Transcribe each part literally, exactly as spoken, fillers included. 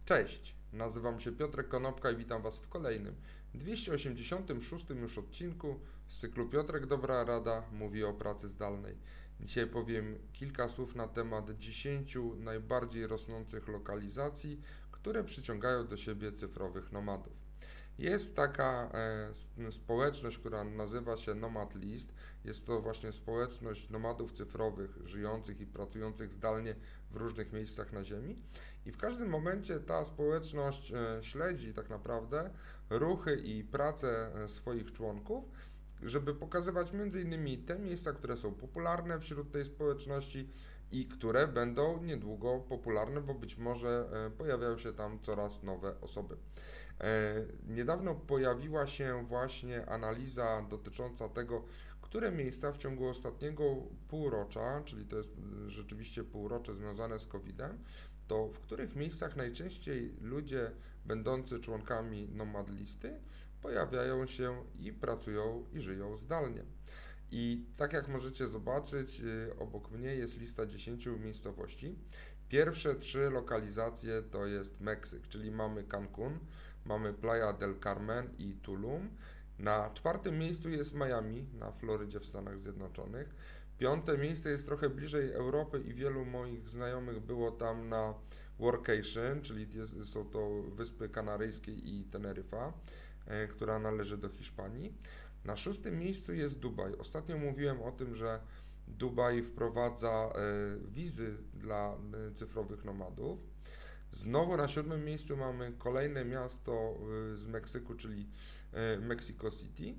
Cześć, nazywam się Piotrek Konopka i witam Was w kolejnym, dwieście osiemdziesiątym szóstym już odcinku z cyklu Piotrek Dobra Rada mówi o pracy zdalnej. Dzisiaj powiem kilka słów na temat dziesięciu najbardziej rosnących lokalizacji, które przyciągają do siebie cyfrowych nomadów. Jest taka e, społeczność, która nazywa się Nomad List. Jest to właśnie społeczność nomadów cyfrowych, żyjących i pracujących zdalnie w różnych miejscach na Ziemi. I w każdym momencie ta społeczność e, śledzi tak naprawdę ruchy i pracę e, swoich członków, żeby pokazywać między innymi te miejsca, które są popularne wśród tej społeczności i które będą niedługo popularne, bo być może e, pojawiają się tam coraz nowe osoby. E, Niedawno pojawiła się właśnie analiza dotycząca tego, które miejsca w ciągu ostatniego półrocza, czyli to jest rzeczywiście półrocze związane z kowidem, to w których miejscach najczęściej ludzie będący członkami Nomad Listy pojawiają się i pracują i żyją zdalnie. I tak jak możecie zobaczyć, y, obok mnie jest lista dziesięciu miejscowości. Pierwsze trzy lokalizacje to jest Meksyk, czyli mamy Cancun, mamy Playa del Carmen i Tulum. Na czwartym miejscu jest Miami na Florydzie w Stanach Zjednoczonych. Piąte miejsce jest trochę bliżej Europy i wielu moich znajomych było tam na workation, czyli jest, są to Wyspy Kanaryjskie i Teneryfa, e, która należy do Hiszpanii. Na szóstym miejscu jest Dubaj. Ostatnio mówiłem o tym, że Dubaj wprowadza e, wizy dla e, cyfrowych nomadów. Znowu na siódmym miejscu mamy kolejne miasto e, z Meksyku, czyli e, Mexico City.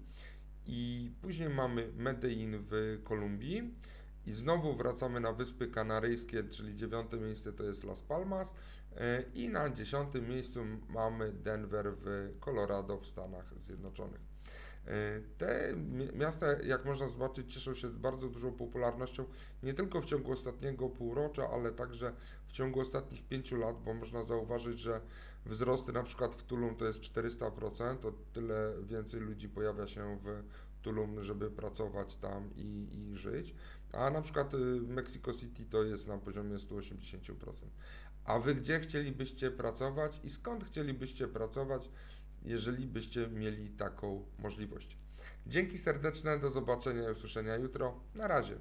I później mamy Medellin w Kolumbii. I znowu wracamy na Wyspy Kanaryjskie, czyli dziewiąte miejsce to jest Las Palmas. e, I na dziesiątym miejscu mamy Denver w Colorado w Stanach Zjednoczonych. E, Te miasta, jak można zobaczyć, cieszą się bardzo dużą popularnością nie tylko w ciągu ostatniego półrocza, ale także w ciągu ostatnich pięciu lat, bo można zauważyć, że wzrosty na przykład w Tulum to jest czterysta procent, o tyle więcej ludzi pojawia się w Tulum, żeby pracować tam i, i żyć, a na przykład Mexico City to jest na poziomie sto osiemdziesiąt procent. A Wy gdzie chcielibyście pracować i skąd chcielibyście pracować, jeżeli byście mieli taką możliwość? Dzięki serdeczne, do zobaczenia i usłyszenia jutro. Na razie.